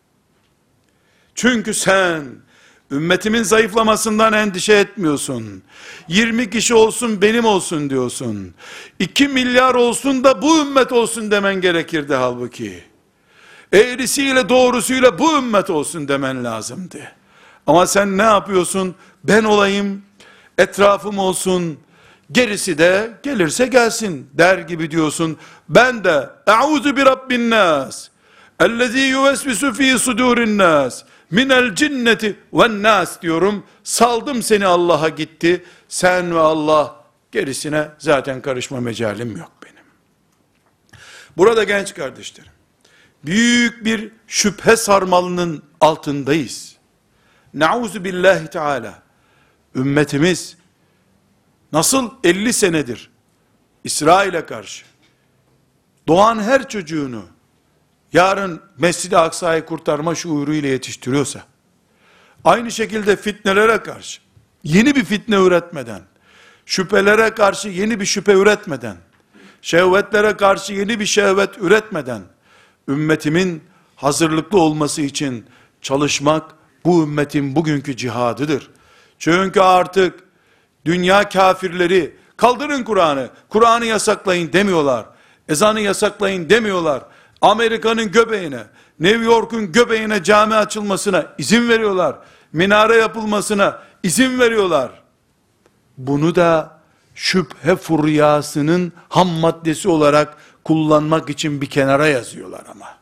Çünkü sen, ümmetimin zayıflamasından endişe etmiyorsun. 20 kişi olsun benim olsun diyorsun. 2 milyar olsun da bu ümmet olsun demen gerekirdi halbuki. Eğrisiyle doğrusuyla bu ümmet olsun demen lazımdı. Ama sen ne yapıyorsun? Ben olayım, etrafım olsun, gerisi de gelirse gelsin der gibi diyorsun. Ben de e'udu bi rabbin nas, ellezî yuvesvisu fî sudûrin nas, minel cinneti ven nas diyorum. Saldım seni Allah'a gitti. Sen ve Allah, gerisine zaten karışma mecalim yok benim. Burada genç kardeşlerim, büyük bir şüphe sarmalının altındayız. Nauzu billahi teala. Ümmetimiz nasıl 50 senedir İsrail'e karşı doğan her çocuğunu yarın Mescid-i Aksa'yı kurtarma şuuruyla yetiştiriyorsa, aynı şekilde fitnelere karşı yeni bir fitne üretmeden, şüphelere karşı yeni bir şüphe üretmeden, şehvetlere karşı yeni bir şehvet üretmeden, ümmetimin hazırlıklı olması için çalışmak, bu ümmetin bugünkü cihadıdır. Çünkü artık dünya kafirleri, kaldırın Kur'an'ı, Kur'an'ı yasaklayın demiyorlar, ezanı yasaklayın demiyorlar, Amerika'nın göbeğine, New York'un göbeğine cami açılmasına izin veriyorlar, minare yapılmasına izin veriyorlar. Bunu da şüphe furyasının ham maddesi olarak kullanmak için bir kenara yazıyorlar ama.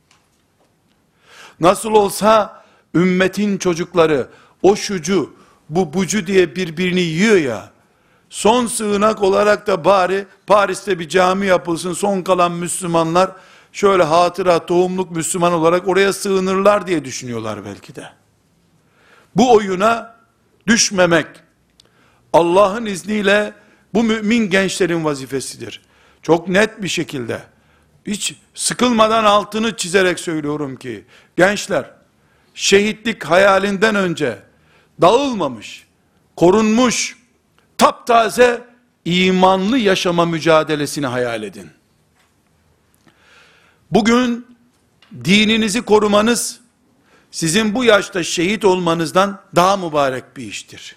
Nasıl olsa ümmetin çocukları o şucu, bu bucu diye birbirini yiyor ya, son sığınak olarak da bari Paris'te bir cami yapılsın, son kalan Müslümanlar şöyle hatıra, tohumluk Müslüman olarak oraya sığınırlar diye düşünüyorlar belki de. Bu oyuna düşmemek, Allah'ın izniyle bu mümin gençlerin vazifesidir. Çok net bir şekilde, hiç sıkılmadan altını çizerek söylüyorum ki, gençler, şehitlik hayalinden önce, dağılmamış, korunmuş, taptaze, imanlı yaşama mücadelesini hayal edin. Bugün, dininizi korumanız, sizin bu yaşta şehit olmanızdan daha mübarek bir iştir.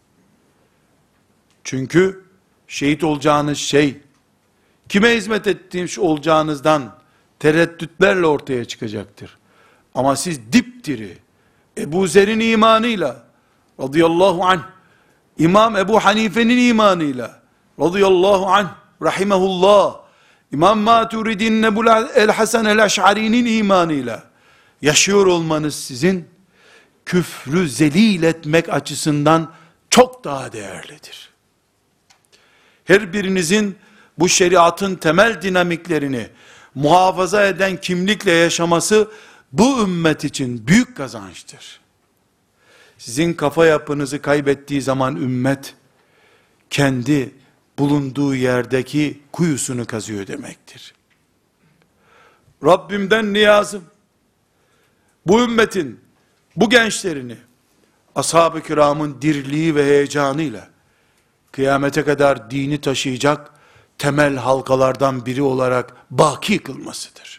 Çünkü, şehit olacağınız şey, kime hizmet ettiğiniz olacağınızdan, tereddütlerle ortaya çıkacaktır. Ama siz dipdiri, Ebu Zer'in imanıyla, radıyallahu anh, İmam Ebu Hanife'nin imanıyla, radıyallahu anh, rahimehullah, İmam Maturidi'nin Ebu el-Hasan el-Eş'ari'nin imanıyla, yaşıyor olmanız sizin, küfrü zelil etmek açısından çok daha değerlidir. Her birinizin, bu şeriatın temel dinamiklerini muhafaza eden kimlikle yaşaması, bu ümmet için büyük kazançtır. Sizin kafa yapınızı kaybettiği zaman ümmet, kendi bulunduğu yerdeki kuyusunu kazıyor demektir. Rabbimden niyazım, bu ümmetin, bu gençlerini, ashab-ı kiramın dirliği ve heyecanıyla, kıyamete kadar dini taşıyacak, temel halkalardan biri olarak baki kılmasıdır.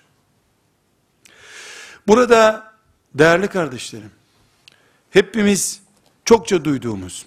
Burada değerli kardeşlerim, hepimiz çokça duyduğumuz,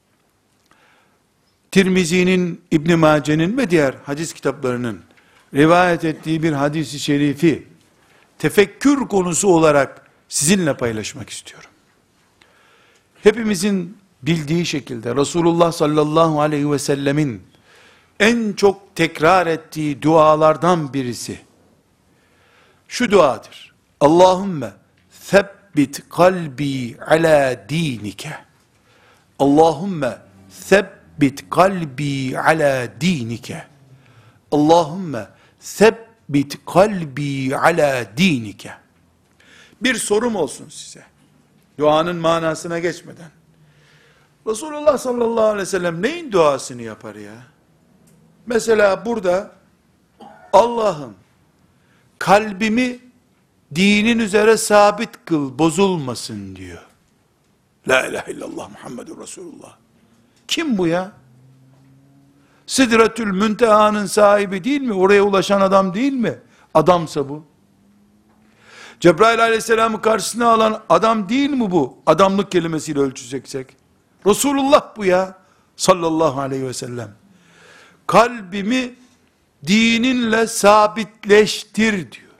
Tirmizi'nin, İbn Mace'nin ve diğer hadis kitaplarının rivayet ettiği bir hadis-i şerifi tefekkür konusu olarak sizinle paylaşmak istiyorum. Hepimizin bildiği şekilde Resulullah sallallahu aleyhi ve sellemin en çok tekrar ettiği dualardan birisi şu duadır: Allahümme sebbit kalbi ala dinike. Allahümme sebbit kalbi ala dinike. Allahümme sebbit kalbi ala dinike. Bir sorum olsun size. Duanın manasına geçmeden. Resulullah sallallahu aleyhi ve sellem neyin duasını yapar ya? Mesela burada Allah'ım kalbimi dinin üzere sabit kıl, bozulmasın diyor. La ilahe illallah Muhammedur Resulullah. Kim bu ya? Sidretül Münteha'nın sahibi değil mi? Oraya ulaşan adam değil mi? Adamsa bu. Cebrail aleyhisselamı karşısına alan adam değil mi bu? Adamlık kelimesiyle ölçeceksek. Resulullah bu ya. Sallallahu aleyhi ve sellem. Kalbimi dininle sabitleştir diyor.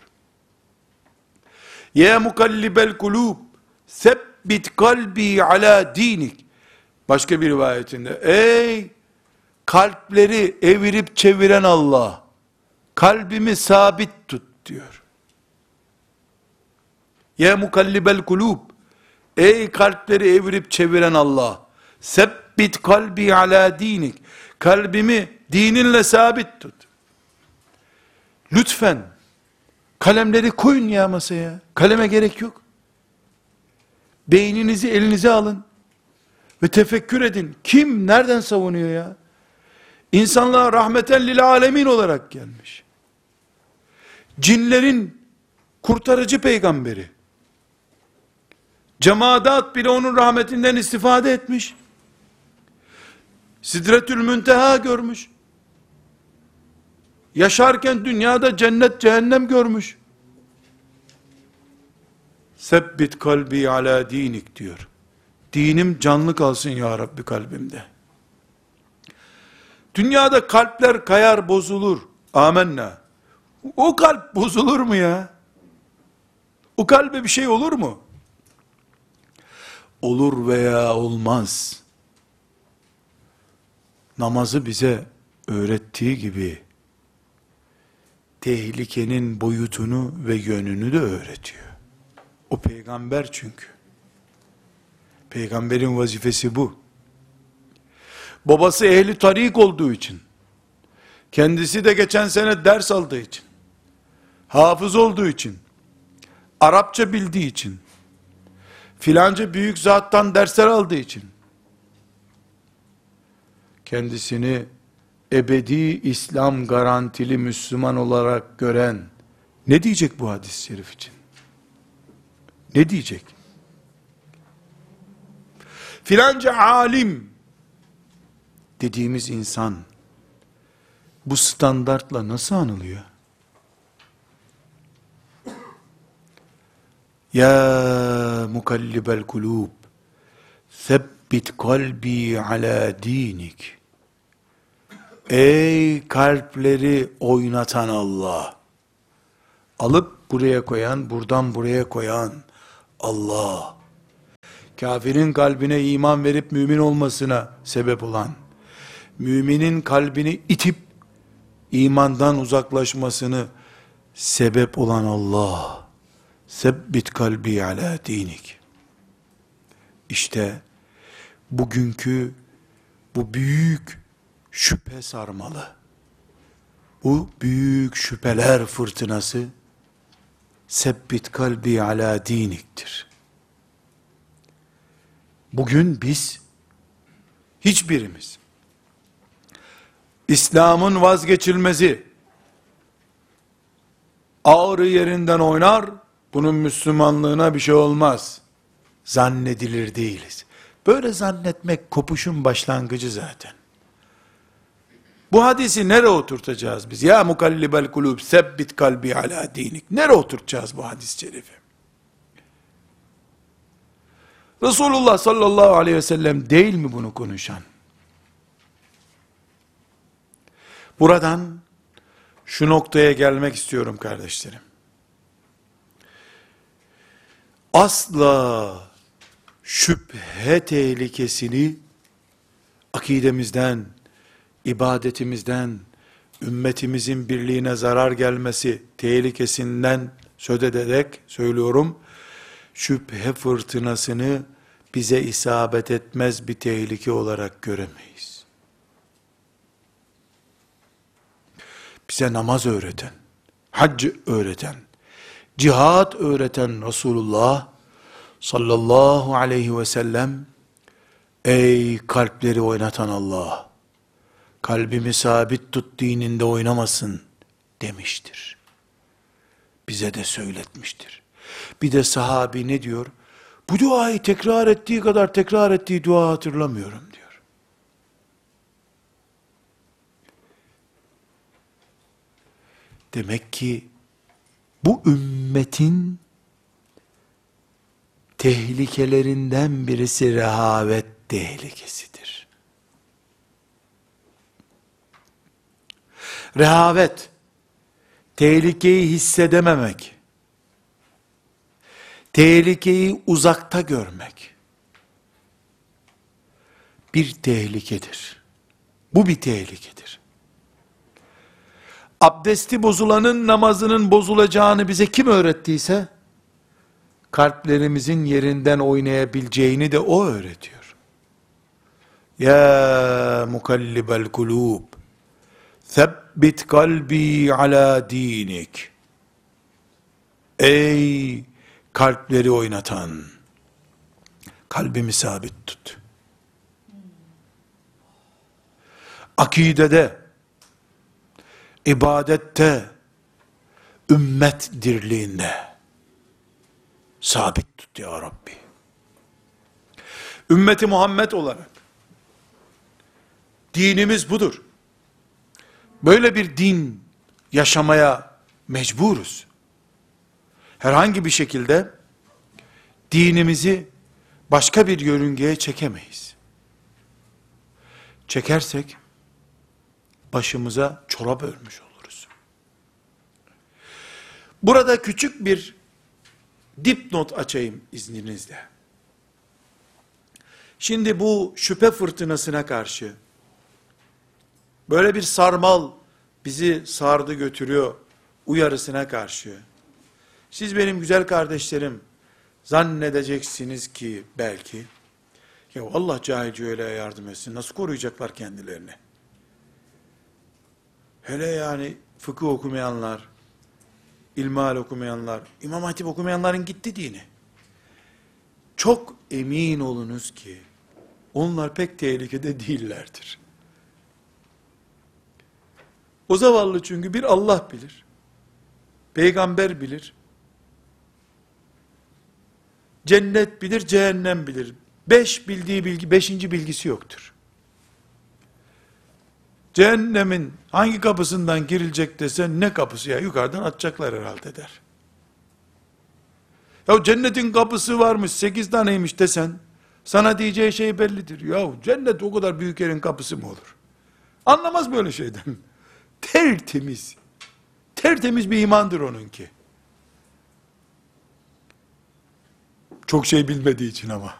Ya mukallibel kulub, sebbit kalbi ala dinik. Başka bir rivayetinde, ey kalpleri evirip çeviren Allah, kalbimi sabit tut diyor. Ya mukallibel kulub, ey kalpleri evirip çeviren Allah, sebbit kalbi ala dinik, kalbimi dininle sabit tut. Lütfen kalemleri koyun ya masaya. Kaleme gerek yok. Beyninizi elinize alın ve tefekkür edin. Kim nereden savunuyor ya? İnsanlığa rahmeten lil alemin olarak gelmiş. Cinlerin kurtarıcı peygamberi. Cemaat bile onun rahmetinden istifade etmiş. Sidretül Münteha görmüş. Yaşarken dünyada cennet cehennem görmüş. Sebbit kalbi ala dinik diyor. Dinim canlı kalsın ya Rabbi kalbimde. Dünyada kalpler kayar, bozulur. Amenna. O kalp bozulur mu ya? O kalbe bir şey olur mu? Olur veya olmaz. Namazı bize öğrettiği gibi tehlikenin boyutunu ve yönünü de öğretiyor. O peygamber çünkü. Peygamberin vazifesi bu. Babası ehli tarik olduğu için, kendisi de geçen sene ders aldığı için, hafız olduğu için, Arapça bildiği için, filanca büyük zattan dersler aldığı için, kendisini ebedi İslam garantili Müslüman olarak gören, ne diyecek bu hadis-i şerif için? Ne diyecek? Filanca alim dediğimiz insan, bu standartla nasıl anılıyor? Ya mukallibel kulub, sebbit kalbi ala dinik. Ey kalpleri oynatan Allah, alıp buraya koyan, buradan buraya koyan Allah, kafirin kalbine iman verip mümin olmasına sebep olan, müminin kalbini itip imandan uzaklaşmasını sebep olan Allah, sebbit kalbi ala dinik. İşte bugünkü bu büyük şüphe sarmalı, bu büyük şüpheler fırtınası, sebbit kalbi ala diniktir. Bugün biz, hiçbirimiz, İslam'ın vazgeçilmezi, ağrı yerinden oynar, bunun Müslümanlığına bir şey olmaz, zannedilir değiliz. Böyle zannetmek kopuşun başlangıcı zaten. Bu hadisi nereye oturtacağız biz? Ya mukallibel kulub sebbit kalbi ala dinik. Nereye oturtacağız bu hadis-i şerifi? Resulullah sallallahu aleyhi ve sellem değil mi bunu konuşan? Buradan şu noktaya gelmek istiyorum kardeşlerim. Asla şüphe tehlikesini akidemizden, ibadetimizden, ümmetimizin birliğine zarar gelmesi tehlikesinden söz ederek söylüyorum, şüphe fırtınasını bize isabet etmez bir tehlike olarak göremeyiz. Bize namaz öğreten, hac öğreten, cihat öğreten Resulullah sallallahu aleyhi ve sellem, ey kalpleri oynatan Allah, kalbimi sabit tut, dininde oynamasın demiştir. Bize de söyletmiştir. Bir de sahabi ne diyor? Bu duayı tekrar ettiği kadar tekrar ettiği dua hatırlamıyorum diyor. Demek ki bu ümmetin tehlikelerinden birisi rehavet tehlikesidir. Rehavet, tehlikeyi hissedememek, tehlikeyi uzakta görmek bir tehlikedir. Bu bir tehlikedir. Abdesti bozulanın namazının bozulacağını bize kim öğrettiyse, kalplerimizin yerinden oynayabileceğini de o öğretiyor. Ya mukallibel kulub, sebbit kalbi ala dinik. Ey kalpleri oynatan, kalbimi sabit tut. Akidede, ibadette, ümmet dirliğinde sabit tut ya Rabbi. Ümmeti Muhammed olarak dinimiz budur. Böyle bir din yaşamaya mecburuz. Herhangi bir şekilde dinimizi başka bir yörüngeye çekemeyiz. Çekersek başımıza çorap örmüş oluruz. Burada küçük bir dipnot açayım izninizle. Şimdi bu şüphe fırtınasına karşı, böyle bir sarmal bizi sardı götürüyor uyarısına karşı, siz benim güzel kardeşlerim zannedeceksiniz ki belki, ya Allah cahilce öyle yardım etsin, nasıl koruyacaklar kendilerini? Hele yani fıkıh okumayanlar, ilmihal okumayanlar, İmam Hatip okumayanların gitti dini. Çok emin olunuz ki onlar pek tehlikede değillerdir. O zavallı çünkü bir Allah bilir, peygamber bilir, cennet bilir, cehennem bilir. Bildiği bilgi, beşinci bilgisi yoktur. Cehennemin hangi kapısından girilecek desen, ne kapısı ya, yukarıdan atacaklar herhalde der. Ya cennetin kapısı varmış, 8 taneymiş desen, sana diyeceği şey bellidir. Ya cennet o kadar büyük yerin kapısı mı olur? Anlamaz böyle şeyden. Tertemiz. Tertemiz bir imandır onunki. Çok şey bilmediği için ama.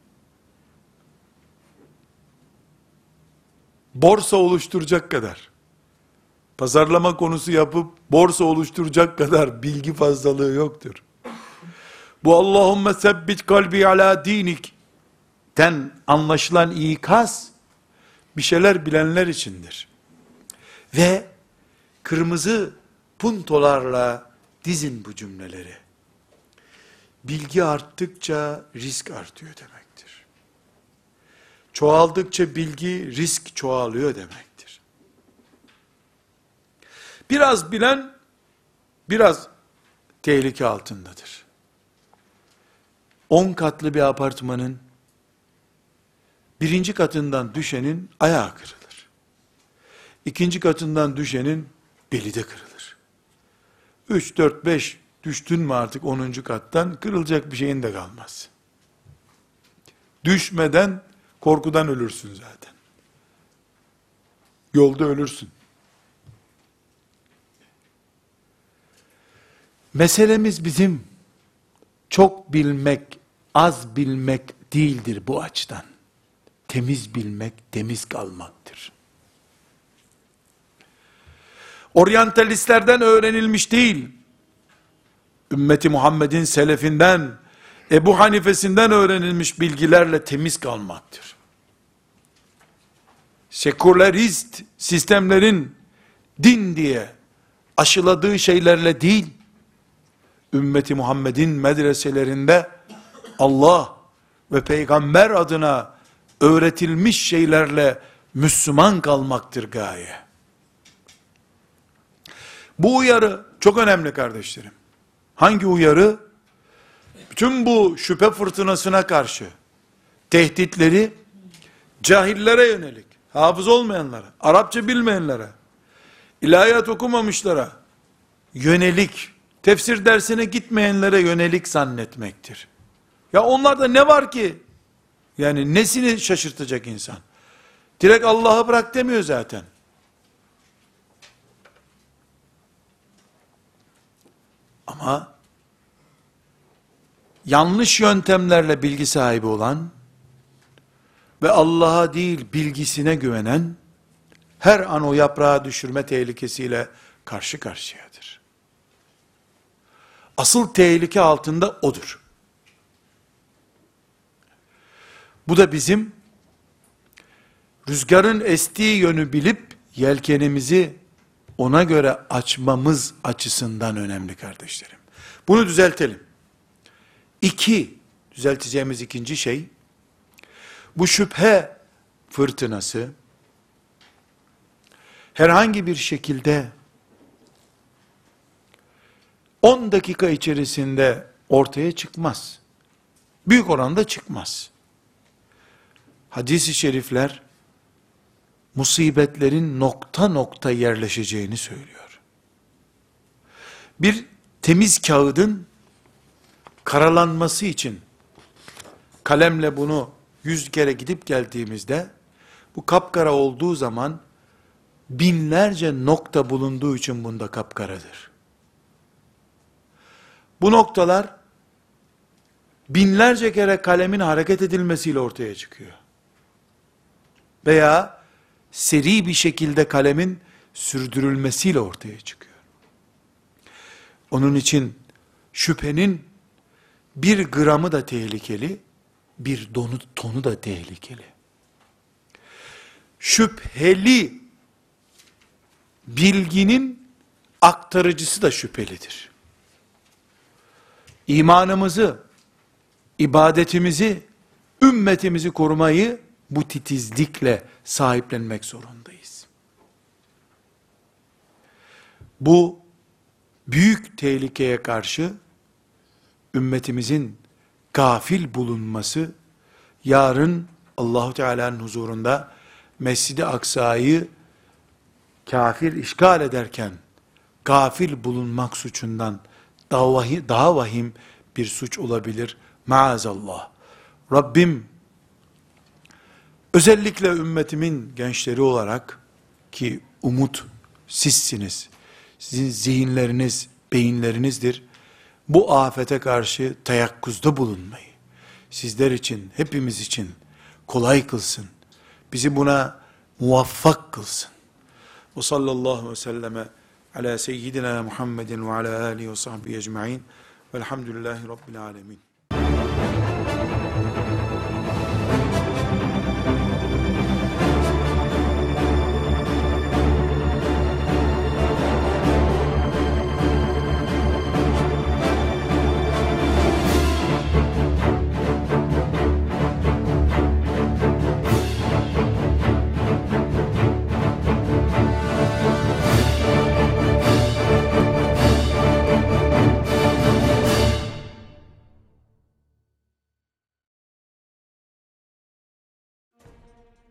Borsa oluşturacak kadar, pazarlama konusu yapıp borsa oluşturacak kadar bilgi fazlalığı yoktur. Bu Allahümme sebbit kalbi ala dinik ten anlaşılan ikaz, bir şeyler bilenler içindir. Ve kırmızı puntolarla dizin bu cümleleri. Bilgi arttıkça risk artıyor demektir. Çoğaldıkça bilgi, risk çoğalıyor demektir. Biraz bilen, biraz tehlike altındadır. 10 katlı bir apartmanın birinci katından düşenin ayağı kırılır. İkinci katından düşenin beli de kırılır. 3, 4, 5 düştün mü artık 10. kattan, kırılacak bir şeyin de kalmaz. Düşmeden korkudan ölürsün zaten. Yolda ölürsün. Meselemiz bizim çok bilmek, az bilmek değildir bu açıdan. Temiz bilmek, temiz kalmaktır. Oryantalistlerden öğrenilmiş değil, ümmeti Muhammed'in selefinden, Ebu Hanife'sinden öğrenilmiş bilgilerle temiz kalmaktır. Sekülerist sistemlerin din diye aşıladığı şeylerle değil, ümmeti Muhammed'in medreselerinde Allah ve peygamber adına öğretilmiş şeylerle Müslüman kalmaktır gaye. Bu uyarı çok önemli kardeşlerim. Hangi uyarı? Bütün bu şüphe fırtınasına karşı tehditleri cahillere yönelik, hafız olmayanlara, Arapça bilmeyenlere, ilahiyat okumamışlara yönelik, tefsir dersine gitmeyenlere yönelik zannetmektir. Ya onlarda ne var ki? Yani nesini şaşırtacak insan? Direkt Allah'ı bırak demiyor zaten. Ama yanlış yöntemlerle bilgi sahibi olan ve Allah'a değil bilgisine güvenen her an o yaprağı düşürme tehlikesiyle karşı karşıyadır. Asıl tehlike altında odur. Bu da bizim rüzgarın estiği yönü bilip yelkenimizi ona göre açmamız açısından önemli kardeşlerim. Bunu düzeltelim. Düzelteceğimiz ikinci şey, bu şüphe fırtınası herhangi bir şekilde 10 dakika içerisinde ortaya çıkmaz. Büyük oranda çıkmaz. Hadis-i şerifler musibetlerin nokta nokta yerleşeceğini söylüyor. Bir temiz kağıdın karalanması için kalemle bunu 100 kere gidip geldiğimizde bu kapkara olduğu zaman binlerce nokta bulunduğu için bunda kapkaradır. Bu noktalar binlerce kere kalemin hareket edilmesiyle ortaya çıkıyor. Veya seri bir şekilde kalemin sürdürülmesiyle ortaya çıkıyor. Onun için şüphenin bir gramı da tehlikeli, bir tonu da tehlikeli. Şüpheli bilginin aktarıcısı da şüphelidir. İmanımızı, ibadetimizi, ümmetimizi korumayı bu titizlikle sahiplenmek zorundayız. Bu büyük tehlikeye karşı ümmetimizin gafil bulunması, yarın Allahu Teala'nın huzurunda Mescid-i Aksa'yı kafir işgal ederken gafil bulunmak suçundan daha vahim bir suç olabilir. Maazallah. Rabbim özellikle ümmetimin gençleri olarak, ki umut sizsiniz, sizin zihinleriniz, beyinlerinizdir, bu afete karşı teyakkuzda bulunmayı, sizler için, hepimiz için kolay kılsın, bizi buna muvaffak kılsın. Ve sallallahu ve selleme ala seyyidina Muhammedin ve ala alihi ve sahbihi ecma'in velhamdülillahi rabbil alemin.